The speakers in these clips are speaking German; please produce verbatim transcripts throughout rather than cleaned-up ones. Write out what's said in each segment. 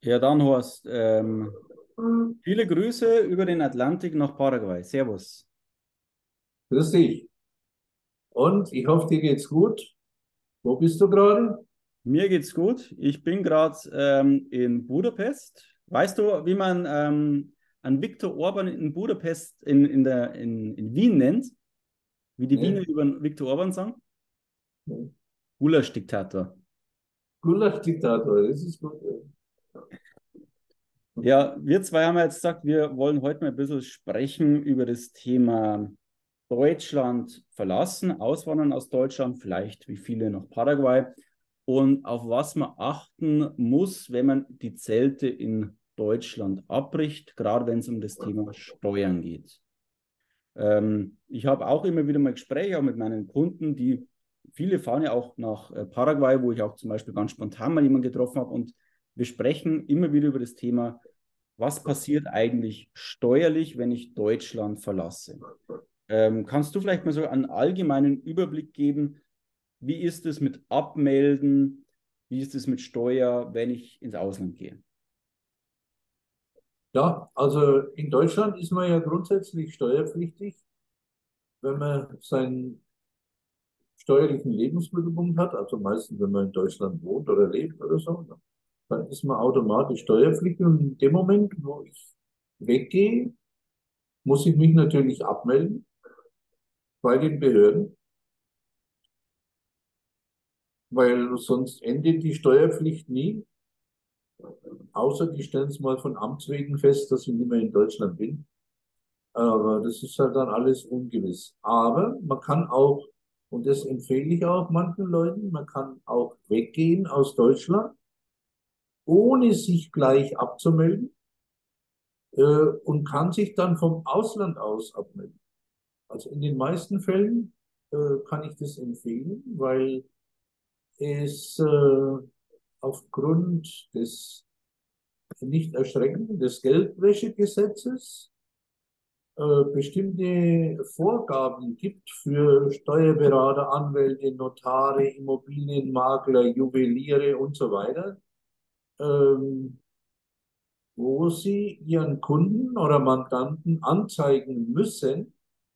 Ja, dann Horst, ähm, viele Grüße über den Atlantik nach Paraguay. Servus. Grüß dich. Und ich hoffe, dir geht's gut. Wo bist du gerade? Mir geht's gut. Ich bin gerade ähm, in Budapest. Weißt du, wie man ähm, an Viktor Orban in Budapest in, in, der, in, in Wien nennt? Wie die Wiener Nee? über Viktor Orban sagen? Nee. Gulasch-Diktator. Gulasch-Diktator, das ist gut. Ja, wir zwei haben ja jetzt gesagt, wir wollen heute mal ein bisschen sprechen über das Thema Deutschland verlassen, auswandern aus Deutschland, vielleicht wie viele nach Paraguay und auf was man achten muss, wenn man die Zelte in Deutschland abbricht, gerade wenn es um das Thema Steuern geht. Ähm, ich habe auch immer wieder mal Gespräche auch mit meinen Kunden, die viele fahren ja auch nach äh, Paraguay, wo ich auch zum Beispiel ganz spontan mal jemanden getroffen habe und wir sprechen immer wieder über das Thema, was passiert eigentlich steuerlich, wenn ich Deutschland verlasse? Ähm, kannst du vielleicht mal so einen allgemeinen Überblick geben, wie ist es mit Abmelden, wie ist es mit Steuer, wenn ich ins Ausland gehe? Ja, also in Deutschland ist man ja grundsätzlich steuerpflichtig, wenn man seinen steuerlichen Lebensmittelpunkt hat. Also meistens, wenn man in Deutschland wohnt oder lebt oder so, dann ist man automatisch steuerpflichtig. Und in dem Moment, wo ich weggehe, muss ich mich natürlich abmelden bei den Behörden, weil sonst endet die Steuerpflicht nie. Außer die stellen es mal von Amts wegen fest, dass ich nicht mehr in Deutschland bin. Aber das ist halt dann alles ungewiss. Aber man kann auch, und das empfehle ich auch manchen Leuten, man kann auch weggehen aus Deutschland, ohne sich gleich abzumelden, äh, und kann sich dann vom Ausland aus abmelden. Also in den meisten Fällen äh, kann ich das empfehlen, weil es äh, aufgrund des nicht erschrecken des Geldwäschegesetzes äh, bestimmte Vorgaben gibt für Steuerberater, Anwälte, Notare, Immobilienmakler, Juweliere und so weiter, ähm, wo sie ihren Kunden oder Mandanten anzeigen müssen,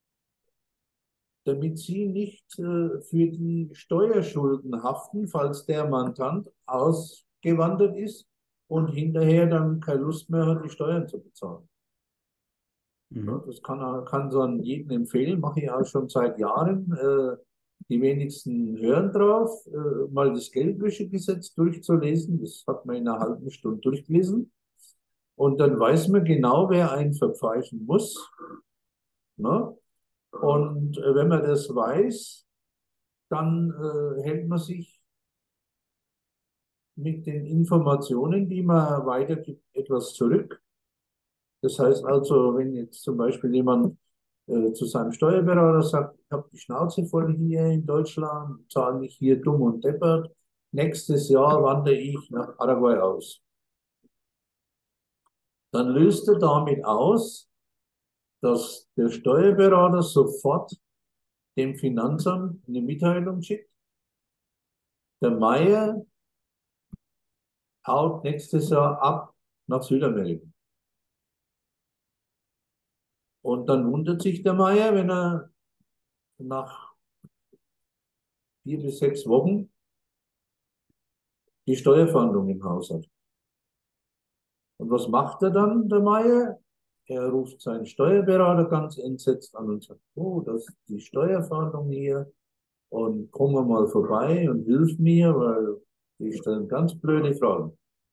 damit sie nicht äh, für die Steuerschulden haften, falls der Mandant ausgewandert ist und hinterher dann keine Lust mehr hat, die Steuern zu bezahlen. Ja, Mhm. das kann, kann so an jeden empfehlen, mache ich auch schon seit Jahren. Äh, die wenigsten hören drauf, äh, mal das Geldwäschegesetz durchzulesen. Das hat man in einer halben Stunde durchgelesen. Und dann weiß man genau, wer einen verpfeifen muss. Ne? Und äh, wenn man das weiß, dann äh, hält man sich mit den Informationen, die man weitergibt, etwas zurück. Das heißt also, wenn jetzt zum Beispiel jemand äh, zu seinem Steuerberater sagt, ich habe die Schnauze voll hier in Deutschland, zahle mich hier dumm und deppert, nächstes Jahr wandere ich nach Paraguay aus. Dann löst er damit aus, dass der Steuerberater sofort dem Finanzamt eine Mitteilung schickt. Der Meier haut nächstes Jahr ab nach Südamerika. Und dann wundert sich der Meier, wenn er nach vier bis sechs Wochen die Steuerfahndung im Haus hat. Und was macht er dann, der Meier? Er ruft seinen Steuerberater ganz entsetzt an und sagt, oh, das ist die Steuerfahndung hier und komm mal vorbei und hilf mir, weil die stellen ganz blöde Fragen.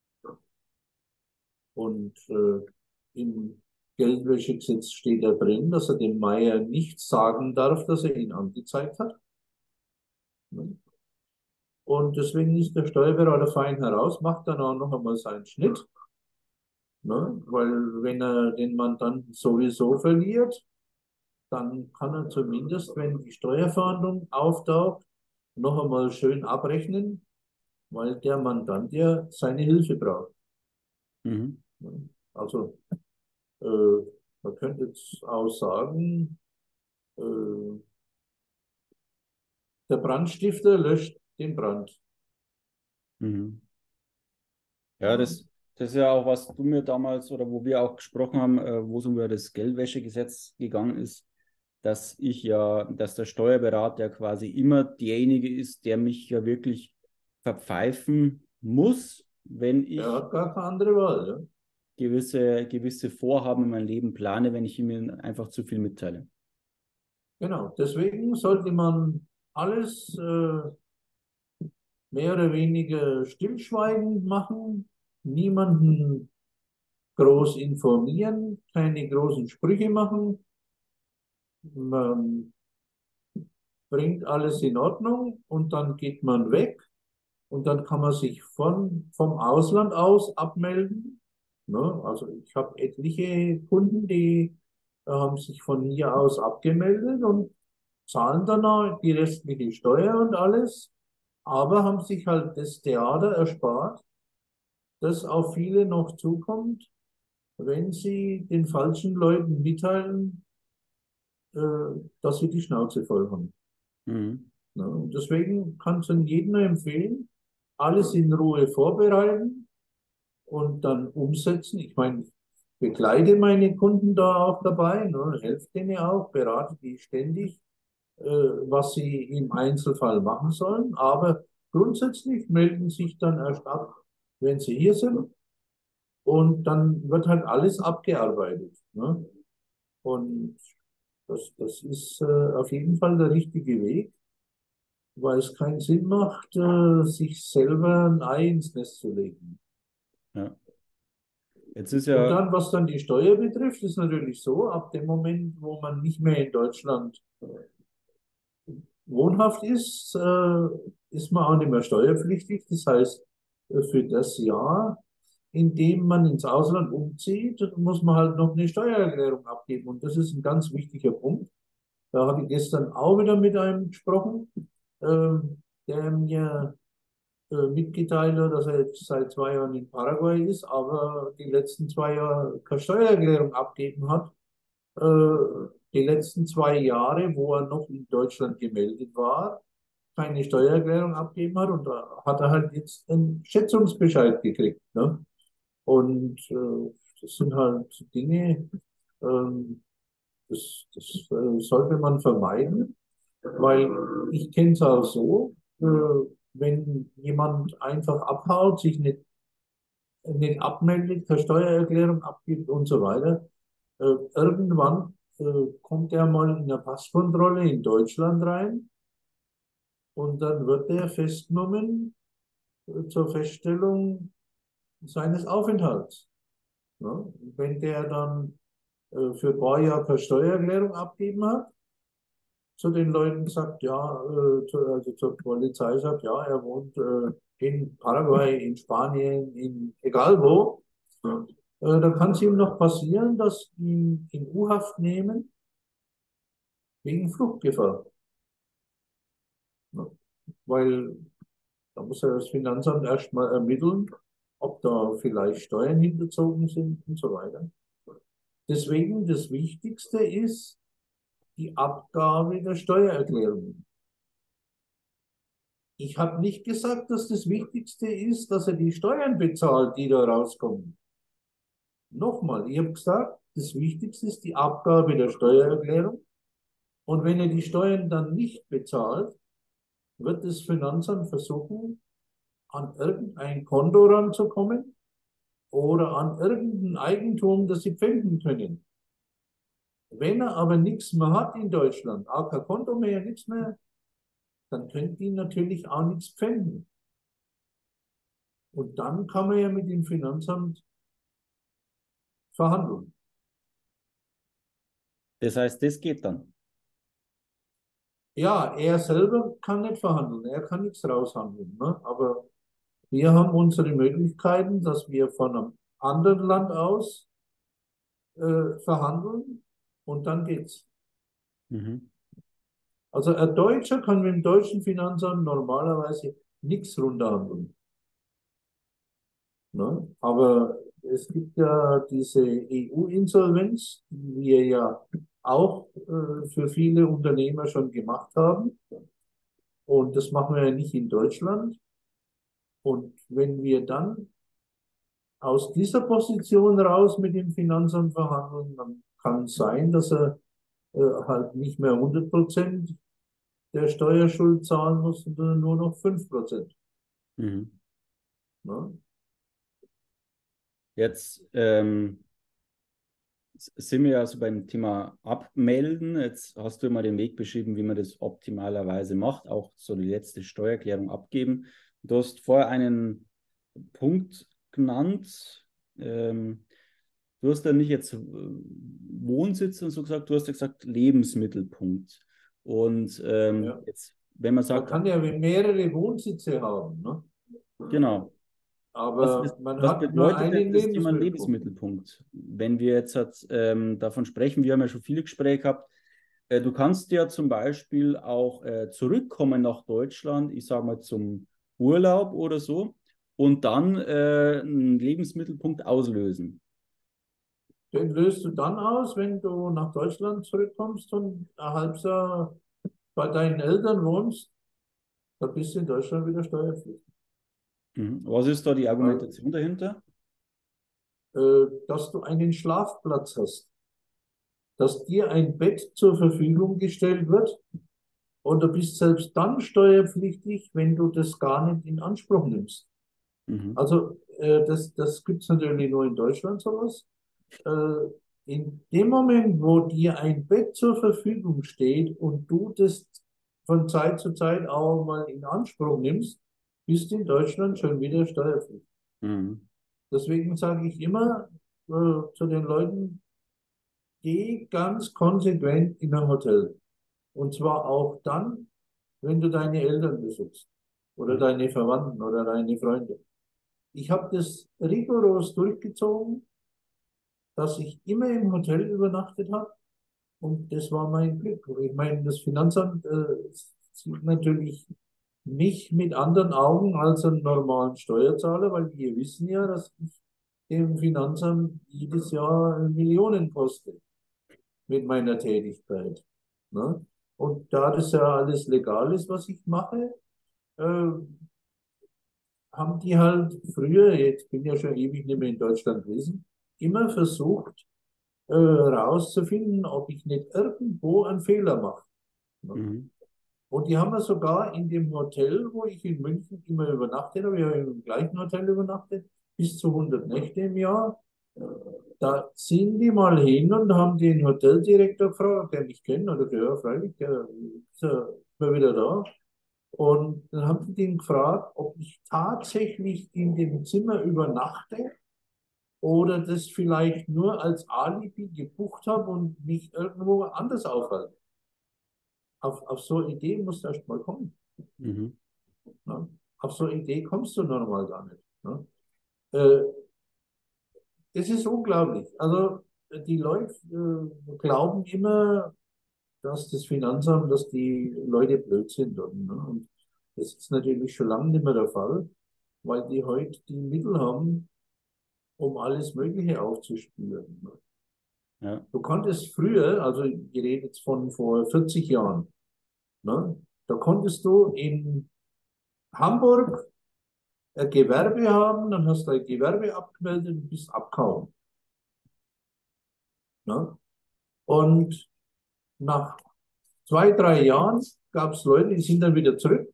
Und äh, im Geldwäschegesetz steht da drin, dass er dem Meier nicht sagen darf, dass er ihn angezeigt hat. Und deswegen ist der Steuerberater fein heraus, macht dann auch noch einmal seinen Schnitt. Ne? Weil wenn er den Mandanten sowieso verliert, dann kann er zumindest, wenn die Steuerfahndung auftaucht, noch einmal schön abrechnen, weil der Mandant ja seine Hilfe braucht. Mhm. Ne? Also äh, man könnte jetzt auch sagen, äh, der Brandstifter löscht den Brand. Mhm. Ja, Ja, das, Das ist ja auch, was du mir damals oder wo wir auch gesprochen haben, äh, wo es um das Geldwäschegesetz gegangen ist, dass ich ja, dass der Steuerberater ja quasi immer derjenige ist, der mich ja wirklich verpfeifen muss, wenn Er ich hat gar keine andere Wahl. Ja? gewisse, gewisse Vorhaben in meinem Leben plane, wenn ich ihm einfach zu viel mitteile. Genau, deswegen sollte man alles äh, mehr oder weniger stillschweigend machen, niemanden groß informieren, keine großen Sprüche machen. Man bringt alles in Ordnung und dann geht man weg und dann kann man sich von, vom Ausland aus abmelden. Ne? Also ich habe etliche Kunden, die äh, haben sich von hier aus abgemeldet und zahlen dann auch die restliche Steuer und alles, aber haben sich halt das Theater erspart, das auf viele noch zukommt, wenn sie den falschen Leuten mitteilen, äh, dass sie die Schnauze voll haben. Mhm. Ne? Und deswegen kann es jedem nur empfehlen, alles in Ruhe vorbereiten und dann umsetzen. Ich meine, ich begleite meine Kunden da auch dabei, ne, helfe denen auch, berate die ständig, äh, was sie im Einzelfall machen sollen. Aber grundsätzlich melden sich dann erst ab, wenn sie hier sind. Und dann wird halt alles abgearbeitet. Ne? Und das, das ist äh, auf jeden Fall der richtige Weg, weil es keinen Sinn macht, äh, sich selber ein Ei ins Nest zu legen. Ja. Jetzt ist Und ja, dann, was dann die Steuer betrifft, ist natürlich so, ab dem Moment, wo man nicht mehr in Deutschland wohnhaft ist, äh, ist man auch nicht mehr steuerpflichtig. Das heißt, äh, für das Jahr, in dem man ins Ausland umzieht, muss man halt noch eine Steuererklärung abgeben. Und das ist ein ganz wichtiger Punkt. Da habe ich gestern auch wieder mit einem gesprochen, ähm, der mir äh, mitgeteilt hat, dass er jetzt seit zwei Jahren in Paraguay ist, aber die letzten zwei Jahre keine Steuererklärung abgeben hat. Äh, die letzten zwei Jahre, wo er noch in Deutschland gemeldet war, keine Steuererklärung abgeben hat und da hat er halt jetzt einen Schätzungsbescheid gekriegt. Ne? Und äh, das sind halt Dinge, ähm, das, das äh, sollte man vermeiden, weil ich kenne es auch so, äh, wenn jemand einfach abhaut, sich nicht, nicht abmeldet, keine Steuererklärung abgibt und so weiter, äh, irgendwann äh, kommt er mal in der Passkontrolle in Deutschland rein und dann wird er festgenommen äh, zur Feststellung seines Aufenthalts. Ja? Wenn der dann äh, für ein paar Jahre keine Steuererklärung abgeben hat, zu den Leuten sagt, ja, äh, zu, also zur Polizei sagt, ja, er wohnt äh, in Paraguay, in Spanien, in egal wo, ja. Äh, dann kann es ihm noch passieren, dass ihn in U-Haft nehmen wegen Fluchtgefahr. Ja. Weil da muss ja das Finanzamt erstmal ermitteln, ob da vielleicht Steuern hinterzogen sind und so weiter. Deswegen das Wichtigste ist die Abgabe der Steuererklärung. Ich habe nicht gesagt, dass das Wichtigste ist, dass er die Steuern bezahlt, die da rauskommen. Nochmal, ich habe gesagt, das Wichtigste ist die Abgabe der Steuererklärung. Und wenn er die Steuern dann nicht bezahlt, wird das Finanzamt versuchen, an irgendein Konto ranzukommen oder an irgendein Eigentum, das sie pfänden können. Wenn er aber nichts mehr hat in Deutschland, auch kein Konto mehr, nichts mehr, dann können die natürlich auch nichts pfänden. Und dann kann man ja mit dem Finanzamt verhandeln. das heißt, das geht dann. Ja, er selber kann nicht verhandeln, er kann nichts raushandeln. Ne? Aber wir haben unsere Möglichkeiten, dass wir von einem anderen Land aus äh, verhandeln und dann geht's. Mhm. Also ein Deutscher kann mit dem deutschen Finanzamt normalerweise nichts runterhandeln. Ne? Aber es gibt ja diese E U-Insolvenz, die wir ja auch äh, für viele Unternehmer schon gemacht haben. Und das machen wir ja nicht in Deutschland. Und wenn wir dann aus dieser Position raus mit dem Finanzamt verhandeln, dann kann es sein, dass er äh, halt nicht mehr hundert Prozent der Steuerschuld zahlen muss, sondern nur noch fünf Prozent. Mhm. Ne? Jetzt ähm, sind wir ja so beim Thema Abmelden. Jetzt hast du immer den Weg beschrieben, wie man das optimalerweise macht, auch so die letzte Steuererklärung abgeben. Du hast vorher einen Punkt genannt. Ähm, du hast ja nicht jetzt äh, Wohnsitz und so gesagt, du hast ja gesagt Lebensmittelpunkt. Und ähm, Ja. jetzt, wenn man Man sagt, kann ja mehrere Wohnsitze haben, ne? genau. Was, ist, Aber man was hat nur bedeutet denn einen das Thema Lebensmittelpunkt. Lebensmittelpunkt? Wenn wir jetzt halt, ähm, davon sprechen, wir haben ja schon viele Gespräche gehabt, äh, du kannst ja zum Beispiel auch äh, zurückkommen nach Deutschland, ich sage mal zum Urlaub oder so, und dann äh, einen Lebensmittelpunkt auslösen. Den löst du dann aus, wenn du nach Deutschland zurückkommst und ein halbes Jahr bei deinen Eltern wohnst, da bist du in Deutschland wieder steuerpflichtig. Mhm. Was ist da die Weil, Argumentation dahinter? äh, dass du einen Schlafplatz hast, dass dir ein Bett zur Verfügung gestellt wird und du bist selbst dann steuerpflichtig, wenn du das gar nicht in Anspruch nimmst. Mhm. Also äh, das, das gibt es natürlich nur in Deutschland sowas. Äh, in dem Moment, wo dir ein Bett zur Verfügung steht und du das von Zeit zu Zeit auch mal in Anspruch nimmst, bist du in Deutschland schon wieder steuerpflichtig. Mhm. Deswegen sage ich immer äh, zu den Leuten, geh ganz konsequent in ein Hotel. Und zwar auch dann, wenn du deine Eltern besuchst oder Mhm. deine Verwandten oder deine Freunde. Ich habe das rigoros durchgezogen, dass ich immer im Hotel übernachtet habe und das war mein Glück. Ich meine, das Finanzamt äh, sieht natürlich mich mit anderen Augen als einen normalen Steuerzahler, weil wir wissen ja, dass ich dem Finanzamt jedes Jahr Millionen koste mit meiner Tätigkeit. Ne? Und da das ja alles legal ist, was ich mache, äh, haben die halt früher, jetzt bin ich ja schon ewig nicht mehr in Deutschland gewesen, immer versucht, äh, herauszufinden, ob ich nicht irgendwo einen Fehler mache. Ne? Mhm. Und die haben wir sogar in dem Hotel, wo ich in München immer übernachtet habe, ich habe im gleichen Hotel übernachtet, bis zu hundert Nächte im Jahr. Da sind die mal hin und haben den Hoteldirektor gefragt, der mich kennt, oder ja, freilich, der ist ja immer wieder da. Und dann haben die den gefragt, ob ich tatsächlich in dem Zimmer übernachte oder das vielleicht nur als Alibi gebucht habe und mich irgendwo anders aufhalte. Auf, auf so eine Idee musst du erst mal kommen. Mhm. Ne? Auf so eine Idee kommst du normal gar nicht. Ne? Äh, das ist unglaublich. Also die Leute äh, glauben immer, dass das Finanzamt, dass die Leute blöd sind. Und, ne? Und das ist natürlich schon lange nicht mehr der Fall, weil die heute die Mittel haben, um alles Mögliche aufzuspüren. Ne? Ja. Du konntest früher, also ich rede jetzt von vor vierzig Jahren, ne? Da konntest du in Hamburg ein Gewerbe haben, dann hast du ein Gewerbe abgemeldet und bist abgehauen. Ne? Und nach zwei, drei Jahren gab es Leute, die sind dann wieder zurück,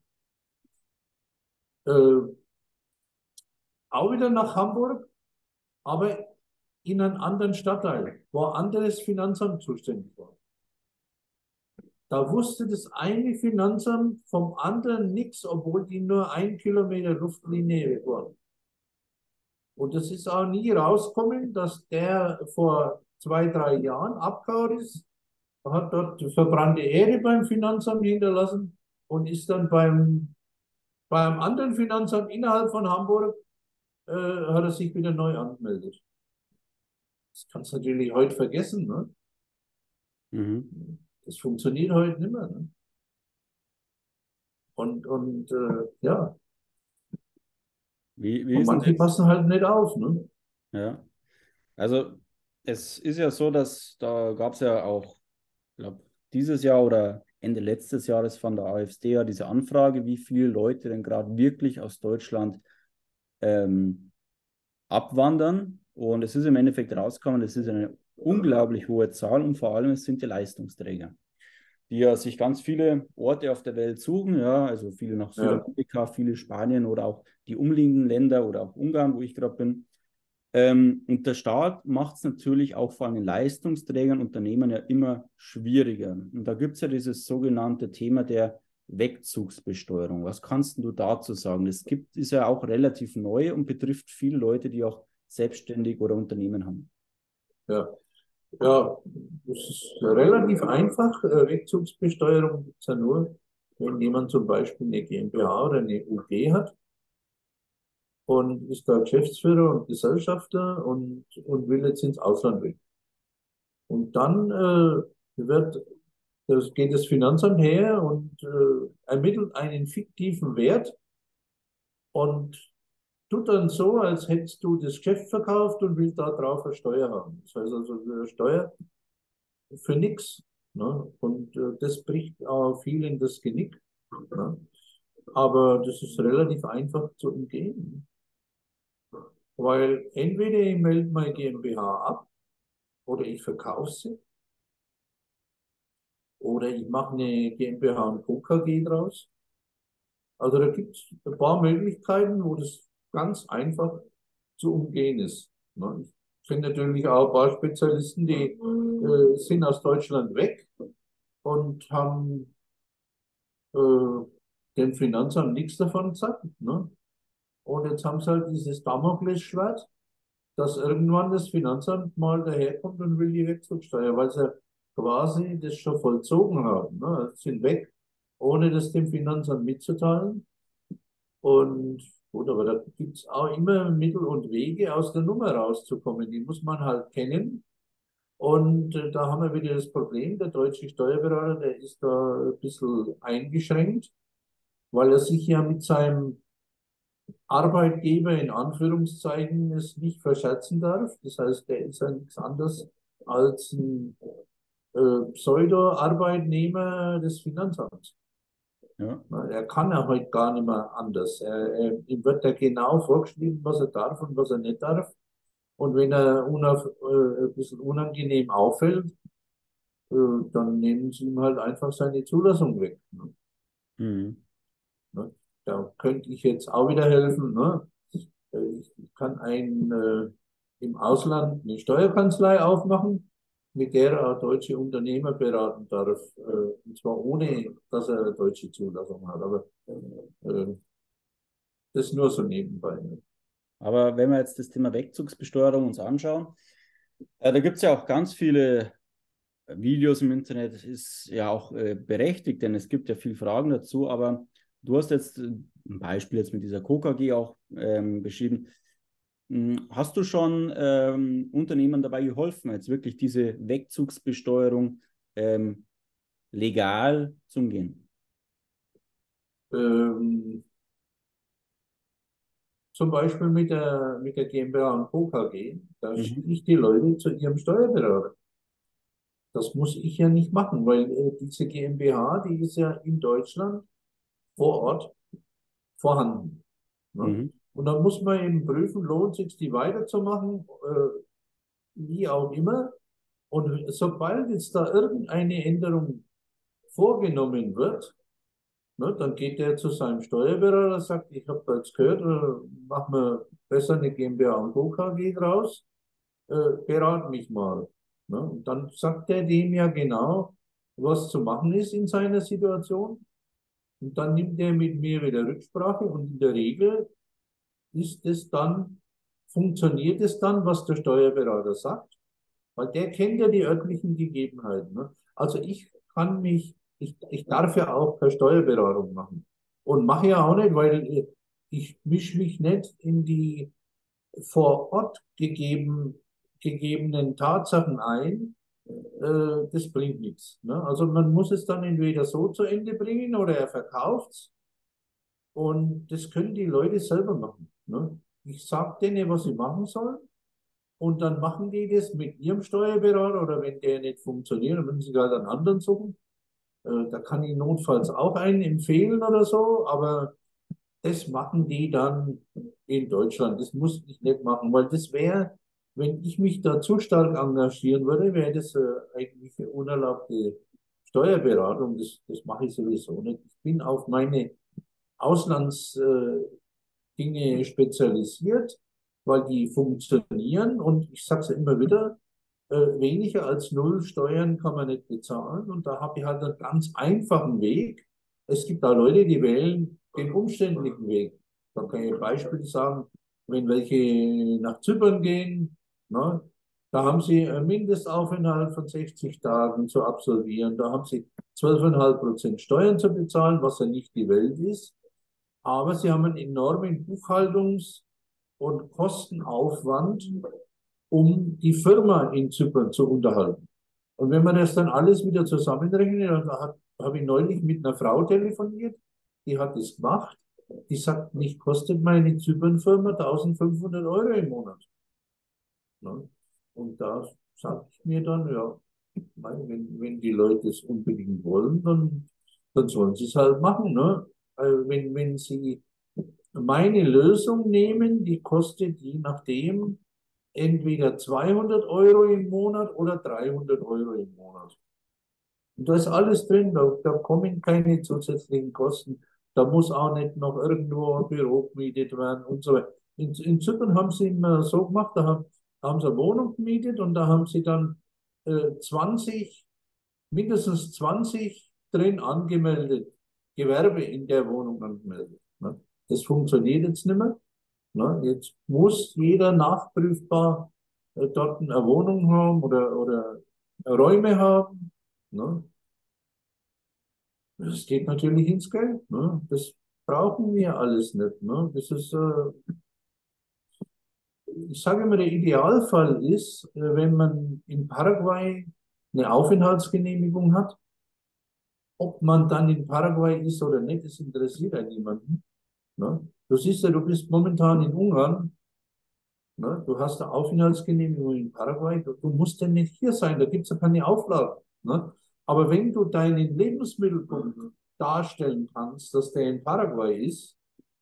äh, auch wieder nach Hamburg, aber in einen anderen Stadtteil, wo ein anderes Finanzamt zuständig war. Da wusste das eine Finanzamt vom anderen nichts, obwohl die nur ein Kilometer Luftlinie waren. Und es ist auch nie rausgekommen, dass der vor zwei, drei Jahren abgehauen ist, hat dort verbrannte Erde beim Finanzamt hinterlassen und ist dann beim, beim anderen Finanzamt innerhalb von Hamburg, äh, hat er sich wieder neu angemeldet. Das kannst du natürlich heute vergessen. Ne? Mhm. Das funktioniert heute nicht mehr. Ne? Und, und äh, ja, Wie, wie und ist denn manche das? passen halt nicht auf. Ne? Ja. Also es ist ja so, dass da gab es ja auch, ich glaube, dieses Jahr oder Ende letztes Jahres von der AfD ja diese Anfrage, wie viele Leute denn gerade wirklich aus Deutschland ähm, abwandern. Und es ist im Endeffekt rausgekommen, das ist eine unglaublich hohe Zahl und vor allem es sind die Leistungsträger, die ja sich ganz viele Orte auf der Welt suchen, ja, also viele nach Ja, Südamerika, viele Spanien oder auch die umliegenden Länder oder auch Ungarn, wo ich gerade bin. Ähm, und der Staat macht es natürlich auch vor allem den Leistungsträgern, Unternehmen ja immer schwieriger. Und da gibt es ja dieses sogenannte Thema der Wegzugsbesteuerung. Was kannst du dazu sagen? Das gibt, ist ja auch relativ neu und betrifft viele Leute, die auch selbstständig oder Unternehmen haben. ja. Ja, das ist relativ einfach. Äh, Wegzugsbesteuerung gibt es ja nur, wenn jemand zum Beispiel eine GmbH oder eine U G hat und ist da Geschäftsführer und Gesellschafter und, und will jetzt ins Ausland weg. Und dann äh, wird, das geht das Finanzamt her und äh, ermittelt einen fiktiven Wert und tut dann so, als hättest du das Geschäft verkauft und willst da drauf eine Steuer haben. Das heißt also, eine Steuer für nichts. Ne? Und äh, das bricht auch vielen das Genick. Ne? Aber das ist relativ einfach zu umgehen. Weil entweder ich melde meine GmbH ab oder ich verkaufe sie oder ich mache eine GmbH und Co. K G draus. Also da gibt es ein paar Möglichkeiten, wo das ganz einfach zu umgehen ist. Ne? Ich kenne natürlich auch ein paar Spezialisten, die äh, sind aus Deutschland weg und haben äh, dem Finanzamt nichts davon gesagt. Ne? Und jetzt haben sie halt dieses Damoklesschwert, dass irgendwann das Finanzamt mal daherkommt und will die Wegzugsteuer, weil sie quasi das schon vollzogen haben. Ne? Also sind weg, ohne das dem Finanzamt mitzuteilen. Und gut, aber da gibt es auch immer Mittel und Wege, aus der Nummer rauszukommen. Die muss man halt kennen. Und äh, da haben wir wieder das Problem, der deutsche Steuerberater, der ist da ein bisschen eingeschränkt, weil er sich ja mit seinem Arbeitgeber in Anführungszeichen es nicht verscherzen darf. Das heißt, der ist ja nichts anderes als ein äh, Pseudo-Arbeitnehmer des Finanzamts. Ja. Na, er kann ja heute gar nicht mehr anders. Er, er, ihm wird ja genau vorgeschrieben, was er darf und was er nicht darf. Und wenn er unauf, äh, ein bisschen unangenehm auffällt, äh, dann nehmen sie ihm halt einfach seine Zulassung weg. Ne? Mhm. Ne? Da könnte ich jetzt auch wieder helfen. Ne? Äh, Ich kann ein, äh, im Ausland eine Steuerkanzlei aufmachen, mit der er deutsche Unternehmer beraten darf. Äh, und zwar ohne, dass er eine deutsche Zulassung hat. Aber äh, das nur so nebenbei. Ne? Aber wenn wir jetzt das Thema Wegzugsbesteuerung uns anschauen, äh, da gibt es ja auch ganz viele Videos im Internet. Das ist ja auch äh, berechtigt, denn es gibt ja viele Fragen dazu. Aber du hast jetzt äh, ein Beispiel jetzt mit dieser K K G auch ähm, beschrieben. Hm, hast du schon ähm, Unternehmen dabei geholfen, jetzt wirklich diese Wegzugsbesteuerung ähm, legal zu umgehen? Ähm, Zum Beispiel mit der, mit der GmbH und Co. K G, da Mhm. schicke ich die Leute zu ihrem Steuerberater. Das muss ich ja nicht machen, weil äh, diese GmbH, die ist ja in Deutschland vor Ort vorhanden. Ne? Mhm. Und dann muss man eben prüfen, lohnt sich die weiterzumachen, äh, wie auch immer. Und sobald jetzt da irgendeine Änderung vorgenommen wird, ne, dann geht der zu seinem Steuerberater, sagt, ich habe da jetzt gehört, äh, mach mir besser eine GmbH und Co. K G draus, äh, berat mich mal. Ne? Und dann sagt er dem ja genau, was zu machen ist in seiner Situation. Und dann nimmt er mit mir wieder Rücksprache und in der Regel ist es dann, funktioniert es dann, was der Steuerberater sagt, weil der kennt ja die örtlichen Gegebenheiten. Ne? Also ich kann mich, ich, ich darf ja auch per Steuerberatung machen und mache ja auch nicht, weil ich mische mich nicht in die vor Ort gegeben, gegebenen Tatsachen ein. Äh, das bringt nichts. Ne? Also man muss es dann entweder so zu Ende bringen oder er verkauft es. Und das können die Leute selber machen. Ne? Ich sage denen, was sie machen sollen. Und dann machen die das mit ihrem Steuerberater oder wenn der nicht funktioniert, dann müssen sie halt einen anderen suchen. Äh, da kann ich notfalls auch einen empfehlen oder so, aber das machen die dann in Deutschland. Das muss ich nicht machen, weil das wäre, wenn ich mich da zu stark engagieren würde, wäre das äh, eigentlich eine unerlaubte Steuerberatung. Das, das mache ich sowieso nicht. Ich bin auf meine Auslandsdinge äh, spezialisiert, weil die funktionieren. Und ich sage es ja immer wieder, äh, weniger als null Steuern kann man nicht bezahlen. Und da habe ich halt einen ganz einfachen Weg. Es gibt da Leute, die wählen den umständlichen Weg. Da kann ich ein Beispiel sagen, wenn welche nach Zypern gehen, ne, da haben sie einen Mindestaufenthalt von sechzig Tagen zu absolvieren. Da haben sie zwölf Komma fünf Prozent Steuern zu bezahlen, was ja nicht die Welt ist. Aber sie haben einen enormen Buchhaltungs- und Kostenaufwand, um die Firma in Zypern zu unterhalten. Und wenn man das dann alles wieder zusammenrechnet, da habe ich neulich mit einer Frau telefoniert, die hat das gemacht. Die sagt, mich kostet meine Zypern-Firma eintausendfünfhundert Euro im Monat. Ne? Und da sage ich mir dann, ja, meine, wenn, wenn die Leute es unbedingt wollen, dann, dann sollen sie es halt machen. Ne? Also wenn, wenn sie meine Lösung nehmen, die kostet je nachdem entweder zweihundert Euro im Monat oder dreihundert Euro im Monat. Und da ist alles drin, da, da kommen keine zusätzlichen Kosten. Da muss auch nicht noch irgendwo ein Büro gemietet werden und so weiter. In, in Zypern haben sie immer so gemacht, da haben, haben sie eine Wohnung gemietet und da haben sie dann äh, zwanzig, mindestens zwanzig drin angemeldet, Gewerbe in der Wohnung angemeldet. Ne? Das funktioniert jetzt nicht mehr. Ne? Jetzt muss jeder nachprüfbar äh, dort eine Wohnung haben oder, oder Räume haben. Ne? Das geht natürlich ins Geld. Ne? Das brauchen wir alles nicht. Ne? Das ist, äh, ich sage immer, der Idealfall ist, äh, wenn man in Paraguay eine Aufenthaltsgenehmigung hat, ob man dann in Paraguay ist oder nicht, das interessiert ja niemanden. Ne? Du siehst ja, du bist momentan in Ungarn. Ne? Du hast eine Aufenthaltsgenehmigung in Paraguay, du, du musst ja nicht hier sein, da gibt es ja keine Auflagen. Ne? Aber wenn du deinen Lebensmittelpunkt darstellen kannst, dass der in Paraguay ist,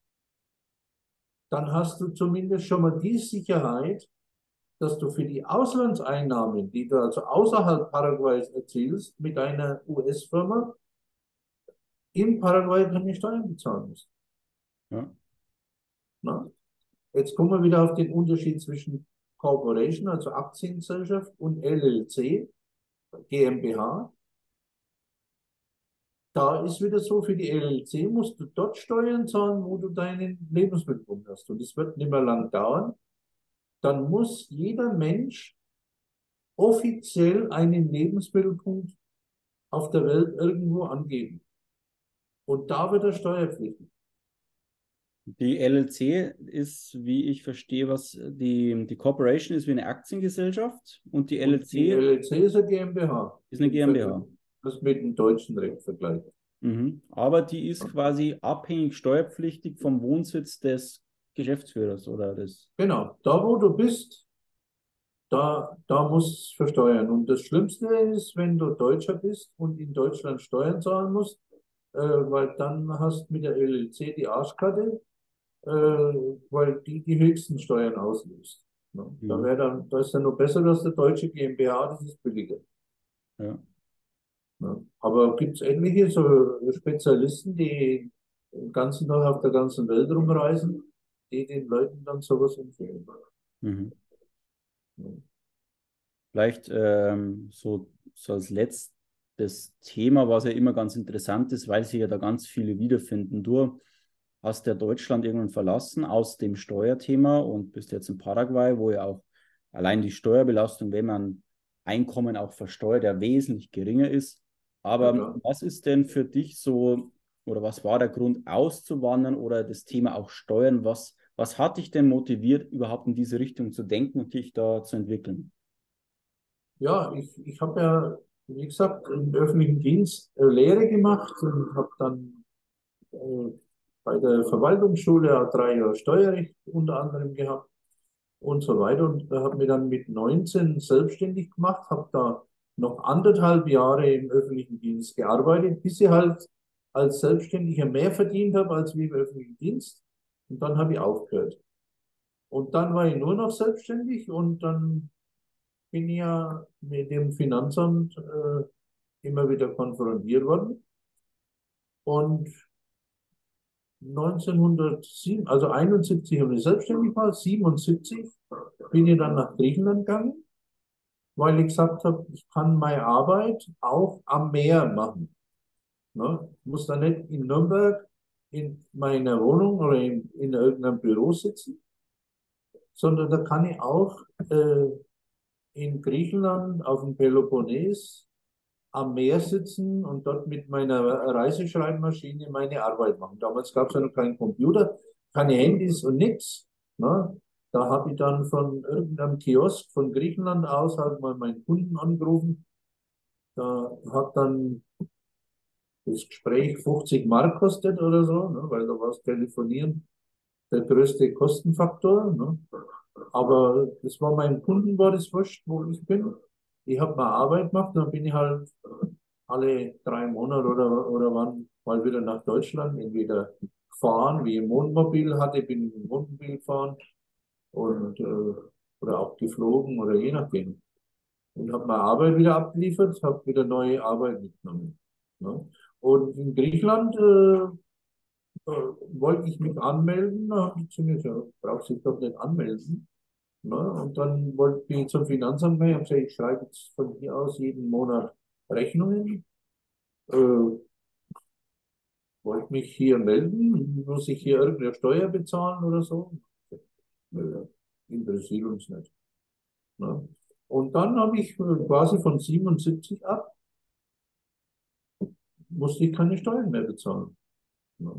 dann hast du zumindest schon mal die Sicherheit, dass du für die Auslandseinnahmen, die du also außerhalb Paraguays erzielst, mit deiner U S-Firma in Paraguay keine Steuern bezahlen musst. Ja. Ne? Jetzt kommen wir wieder auf den Unterschied zwischen Corporation, also Aktiengesellschaft, und L L C, GmbH. Da ist wieder so, für die L L C musst du dort Steuern zahlen, wo du deinen Lebensmittelpunkt hast. Und es wird nicht mehr lang dauern. Dann muss jeder Mensch offiziell einen Lebensmittelpunkt auf der Welt irgendwo angeben. Und da wird er steuerpflichtig. Die L L C ist, wie ich verstehe, was die, die Corporation ist wie eine Aktiengesellschaft und die Und die L L C L L C ist eine GmbH. ist eine GmbH. Das mit dem deutschen Recht vergleicht. Mhm. Aber die ist quasi abhängig steuerpflichtig vom Wohnsitz des Geschäftsführers oder des. Genau, da wo du bist, da, da musst du es versteuern. Und das Schlimmste ist, wenn du Deutscher bist und in Deutschland Steuern zahlen musst, äh, weil dann hast du mit der L L C die Arschkarte, äh, weil die die höchsten Steuern auslöst. Ne? Da Mhm. wäre dann, da ist dann noch besser, dass der deutsche GmbH, das ist billiger. Ja. Ne? Aber gibt es etliche so Spezialisten, die den ganzen Tag auf der ganzen Welt rumreisen, die den Leuten dann sowas empfehlen? Mhm. Ne? Vielleicht ähm, so, so als letztes Thema, was ja immer ganz interessant ist, weil sich ja da ganz viele wiederfinden. Du hast ja Deutschland irgendwann verlassen aus dem Steuerthema und bist jetzt in Paraguay, wo ja auch allein die Steuerbelastung, wenn man Einkommen auch versteuert, ja wesentlich geringer ist. Ja, Aber klar. was ist denn für dich so, oder was war der Grund auszuwandern oder das Thema auch Steuern? Was, was hat dich denn motiviert, überhaupt in diese Richtung zu denken und dich da zu entwickeln? Ja, ich, ich habe ja, wie gesagt, im öffentlichen Dienst äh, Lehre gemacht und habe dann äh, bei der Verwaltungsschule auch drei Jahre Steuerrecht unter anderem gehabt und so weiter. Und habe mich dann mit neunzehn selbstständig gemacht, habe da noch anderthalb Jahre im öffentlichen Dienst gearbeitet, bis ich halt als Selbstständiger mehr verdient habe als wie im öffentlichen Dienst. Und dann habe ich aufgehört. Und dann war ich nur noch selbstständig und dann bin ich ja mit dem Finanzamt äh, immer wieder konfrontiert worden. Und neunzehnhundertsieben, also einundsiebzig habe ich selbstständig war, siebenundsiebzig bin ich dann nach Griechenland gegangen, weil ich gesagt habe, ich kann meine Arbeit auch am Meer machen. Ne? Ich muss da nicht in Nürnberg in meiner Wohnung oder in, in irgendeinem Büro sitzen, sondern da kann ich auch äh, in Griechenland auf dem Peloponnes am Meer sitzen und dort mit meiner Reiseschreibmaschine meine Arbeit machen. Damals gab es ja noch keinen Computer, keine Handys und nichts. Ne? Da habe ich dann von irgendeinem Kiosk von Griechenland aus halt mal meinen Kunden angerufen. Da hat dann das Gespräch fünfzig Mark kostet oder so, ne? Weil da war das Telefonieren der größte Kostenfaktor. Ne? Aber das war meinem Kunden, war das wurscht, wo ich bin. Ich habe mal Arbeit gemacht, dann bin ich halt alle drei Monate oder, oder wann mal wieder nach Deutschland, entweder gefahren, wie ich ein Wohnmobil hatte, bin ich mit dem Wohnmobil gefahren und, äh, oder auch geflogen oder je nachdem. Und habe meine Arbeit wieder abgeliefert, habe wieder neue Arbeit mitgenommen. Ne? Und in Griechenland äh, äh, wollte ich mich anmelden, da haben die zu mir gesagt, brauchst dich doch nicht anmelden. Ne? Und dann wollte ich zum Finanzamt gehen, habe gesagt, ich schreibe jetzt von hier aus jeden Monat Rechnungen. Äh, wollte mich hier melden, muss ich hier irgendeine Steuer bezahlen oder so? Nö, interessiert uns nicht. Ne? Und dann habe ich äh, quasi von siebenundsiebzig ab, musste ich keine Steuern mehr bezahlen. Ne?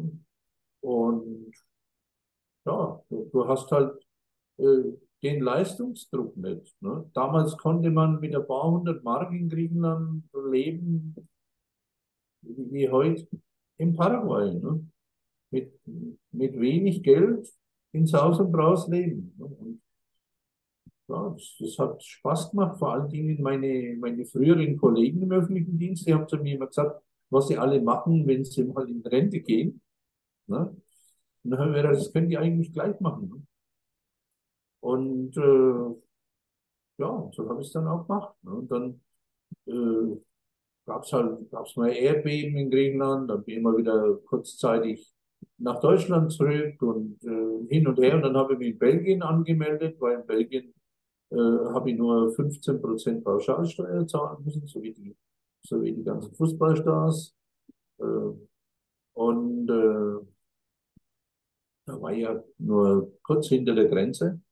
Und ja, du, du hast halt äh, den Leistungsdruck nicht. Ne? Damals konnte man mit ein paar hundert Mark in Griechenland leben, wie heute in Paraguay. Ne? Mit, mit wenig Geld in Saus und Braus leben. Ne? Und ja, das, das hat Spaß gemacht, vor allen Dingen meine, meine früheren Kollegen im öffentlichen Dienst, die haben zu mir immer gesagt, was sie alle machen, wenn sie mal in Rente gehen. Ne? Und dann haben wir gedacht, das können die eigentlich gleich machen. Ne? Und äh, ja, so habe ich es dann auch gemacht. Ne? Und dann äh, gab es halt gab's mal Erdbeben in Griechenland, dann bin ich immer wieder kurzzeitig nach Deutschland zurück und äh, hin und her. Und dann habe ich mich in Belgien angemeldet, weil in Belgien äh, habe ich nur fünfzehn Prozent Pauschalsteuer zahlen müssen, so wie die, so wie die ganzen Fußballstars. Äh, und äh, da war ich ja nur kurz hinter der Grenze.